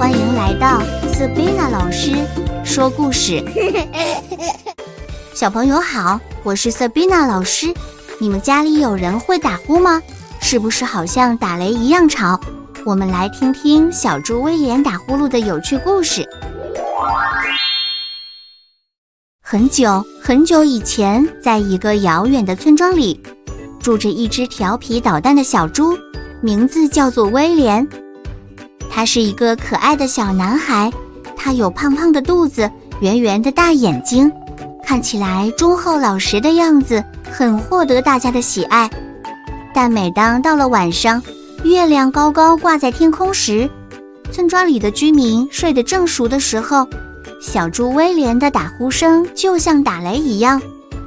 欢迎来到 Sabina 老师说故事。小朋友好，我是 Sabina 老师。你们家里有人会打呼吗？是不是好像打雷一样吵？我们来听听小猪威廉打呼噜的有趣故事。很久很久以前，在一个遥远的村庄里，住着一只调皮捣蛋的小猪，名字叫做威廉。他是一个可爱的小男孩，他有胖胖的肚子，圆圆的大眼睛，看起来忠厚老实的样子，很获得大家的喜爱。但每当到了晚上，月亮高高挂在天空时，村庄里的居民睡得正熟的时候，小猪威廉的打呼声就像打雷一样。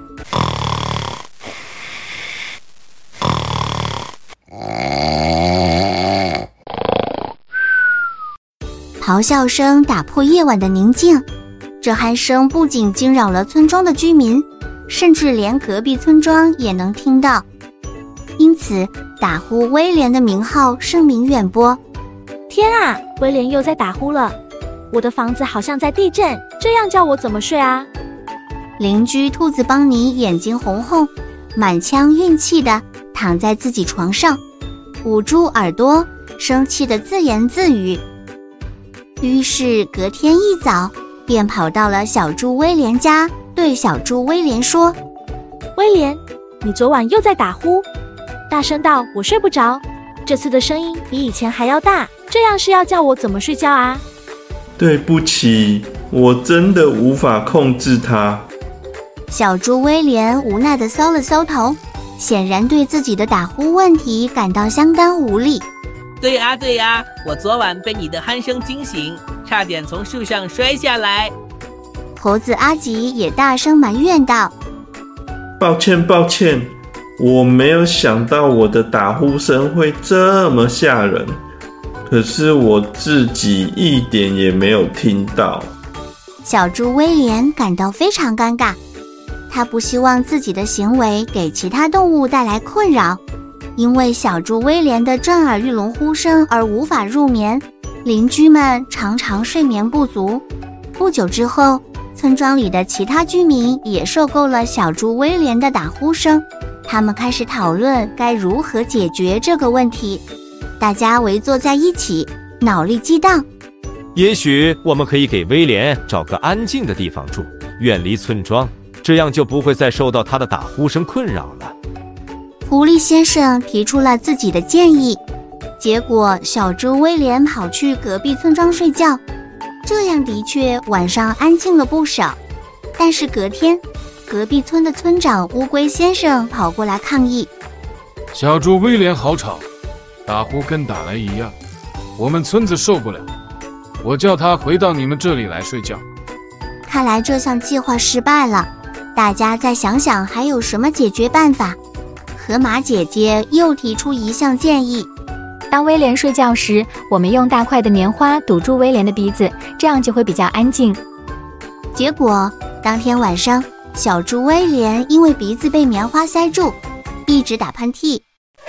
咆哮声打破夜晚的宁静，这鼾声不仅惊扰了村庄的居民，甚至连隔壁村庄也能听到。因此，打呼威廉的名号声名远播。 天啊，威廉又在打呼了！我的房子好像在地震，这样叫我怎么睡啊？ 邻居兔子邦尼眼睛红红，满腔运气地躺在自己床上，捂住耳朵，生气地自言自语。于是隔天一早，便跑到了小猪威廉家，对小猪威廉说： 威廉，你昨晚又在打呼，大声到我睡不着，这次的声音比以前还要大，这样是要叫我怎么睡觉啊？ 对不起，我真的无法控制它。 小猪威廉无奈地搔了搔头，显然对自己的打呼问题感到相当无力。 对呀，我昨晚被你的鼾声惊醒，差点从树上摔下来。 猴子阿吉也大声埋怨道： 抱歉，我没有想到我的打呼声会这么吓人，可是我自己一点也没有听到。 小猪威廉感到非常尴尬，他不希望自己的行为给其他动物带来困扰，因为小猪威廉的震耳欲聋呼声而无法入眠，邻居们常常睡眠不足。不久之后，村庄里的其他居民也受够了小猪威廉的打呼声，他们开始讨论该如何解决这个问题。大家围坐在一起，脑力激荡。 也许我们可以给威廉找个安静的地方住，远离村庄，这样就不会再受到他的打呼声困扰了。 狐狸先生提出了自己的建议，结果小猪威廉跑去隔壁村庄睡觉，这样的确晚上安静了不少。但是隔天，隔壁村的村长乌龟先生跑过来抗议： 小猪威廉好吵，打呼跟打雷一样，我们村子受不了，我叫他回到你们这里来睡觉。 看来这项计划失败了，大家再想想还有什么解决办法。河马姐姐又提出一项建议： 当威廉睡觉时，我们用大块的棉花堵住威廉的鼻子，这样就会比较安静。 结果当天晚上，小猪威廉因为鼻子被棉花塞住，一直打喷嚏。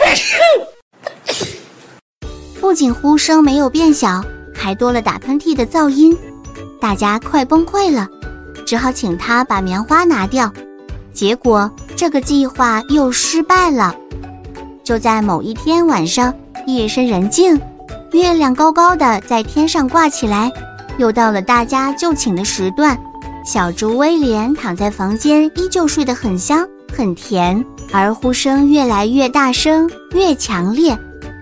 不仅呼声没有变小，还多了打喷嚏的噪音，大家快崩溃了，只好请他把棉花拿掉。结果这个计划又失败了。就在某一天晚上，夜深人静，月亮高高的在天上挂起来，又到了大家就寝的时段。小猪威廉躺在房间，依旧睡得很香很甜，而呼声越来越大声，越强烈。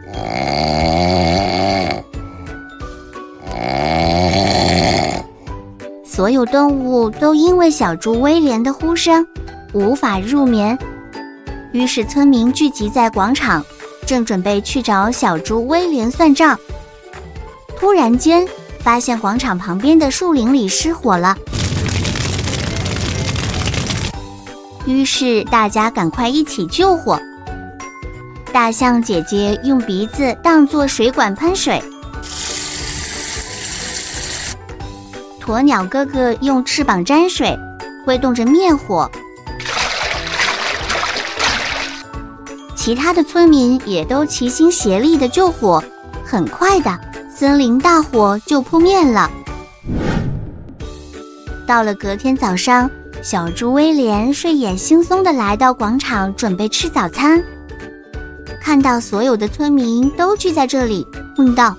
所有动物都因为小猪威廉的呼声无法入眠，于是村民聚集在广场，正准备去找小猪威廉算账。突然间，发现广场旁边的树林里失火了，于是大家赶快一起救火。大象姐姐用鼻子当作水管喷水，鸵鸟哥哥用翅膀沾水，挥动着灭火。其他的村民也都齐心协力的救火，很快的， 森林大火就扑灭了。到了隔天早上，小猪威廉睡眼惺忪地来到广场，准备吃早餐。看到所有的村民都聚在这里，问道：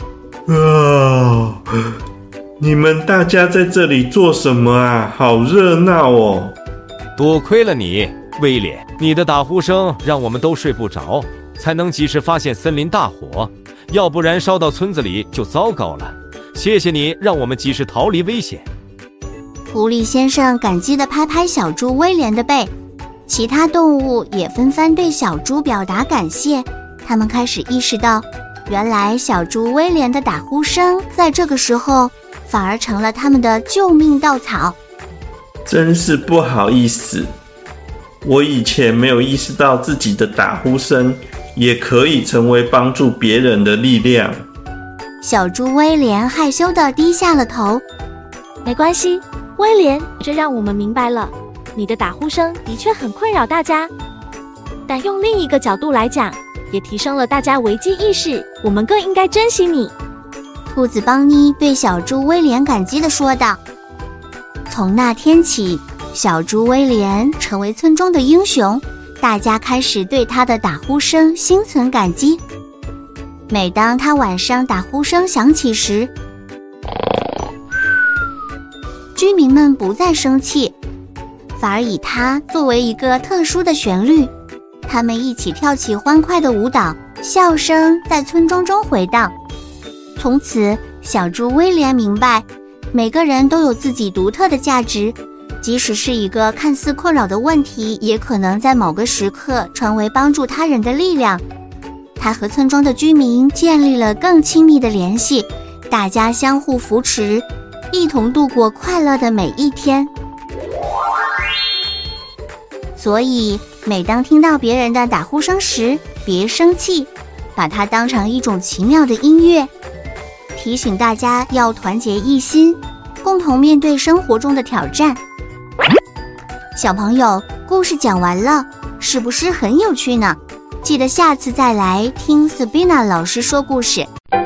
你们大家在这里做什么啊？好热闹哦！ 多亏了你，威廉，你的打呼声让我们都睡不着，才能及时发现森林大火，要不然烧到村子里就糟糕了。谢谢你让我们及时逃离危险。 狐狸先生感激地拍拍小猪威廉的背，其他动物也纷纷对小猪表达感谢。他们开始意识到，原来小猪威廉的打呼声在这个时候反而成了他们的救命稻草。 真是不好意思，我以前没有意识到自己的打呼声也可以成为帮助别人的力量。 小猪威廉害羞地低下了头。 没关系，威廉，这让我们明白了，你的打呼声的确很困扰大家，但用另一个角度来讲，也提升了大家危机意识，我们更应该珍惜你。 兔子邦妮对小猪威廉感激地说道。从那天起，小猪威廉成为村中的英雄，大家开始对他的打呼声心存感激。每当他晚上打呼声响起时，居民们不再生气，反而以它作为一个特殊的旋律，他们一起跳起欢快的舞蹈，笑声在村庄中回荡。从此，小猪威廉明白，每个人都有自己独特的价值，即使是一个看似困扰的问题，也可能在某个时刻成为帮助他人的力量。他和村庄的居民建立了更亲密的联系，大家相互扶持，一同度过快乐的每一天。所以，每当听到别人的打呼声时，别生气，把它当成一种奇妙的音乐，提醒大家要团结一心，共同面对生活中的挑战。小朋友，故事讲完了，是不是很有趣呢？记得下次再来听 Sabina 老师说故事。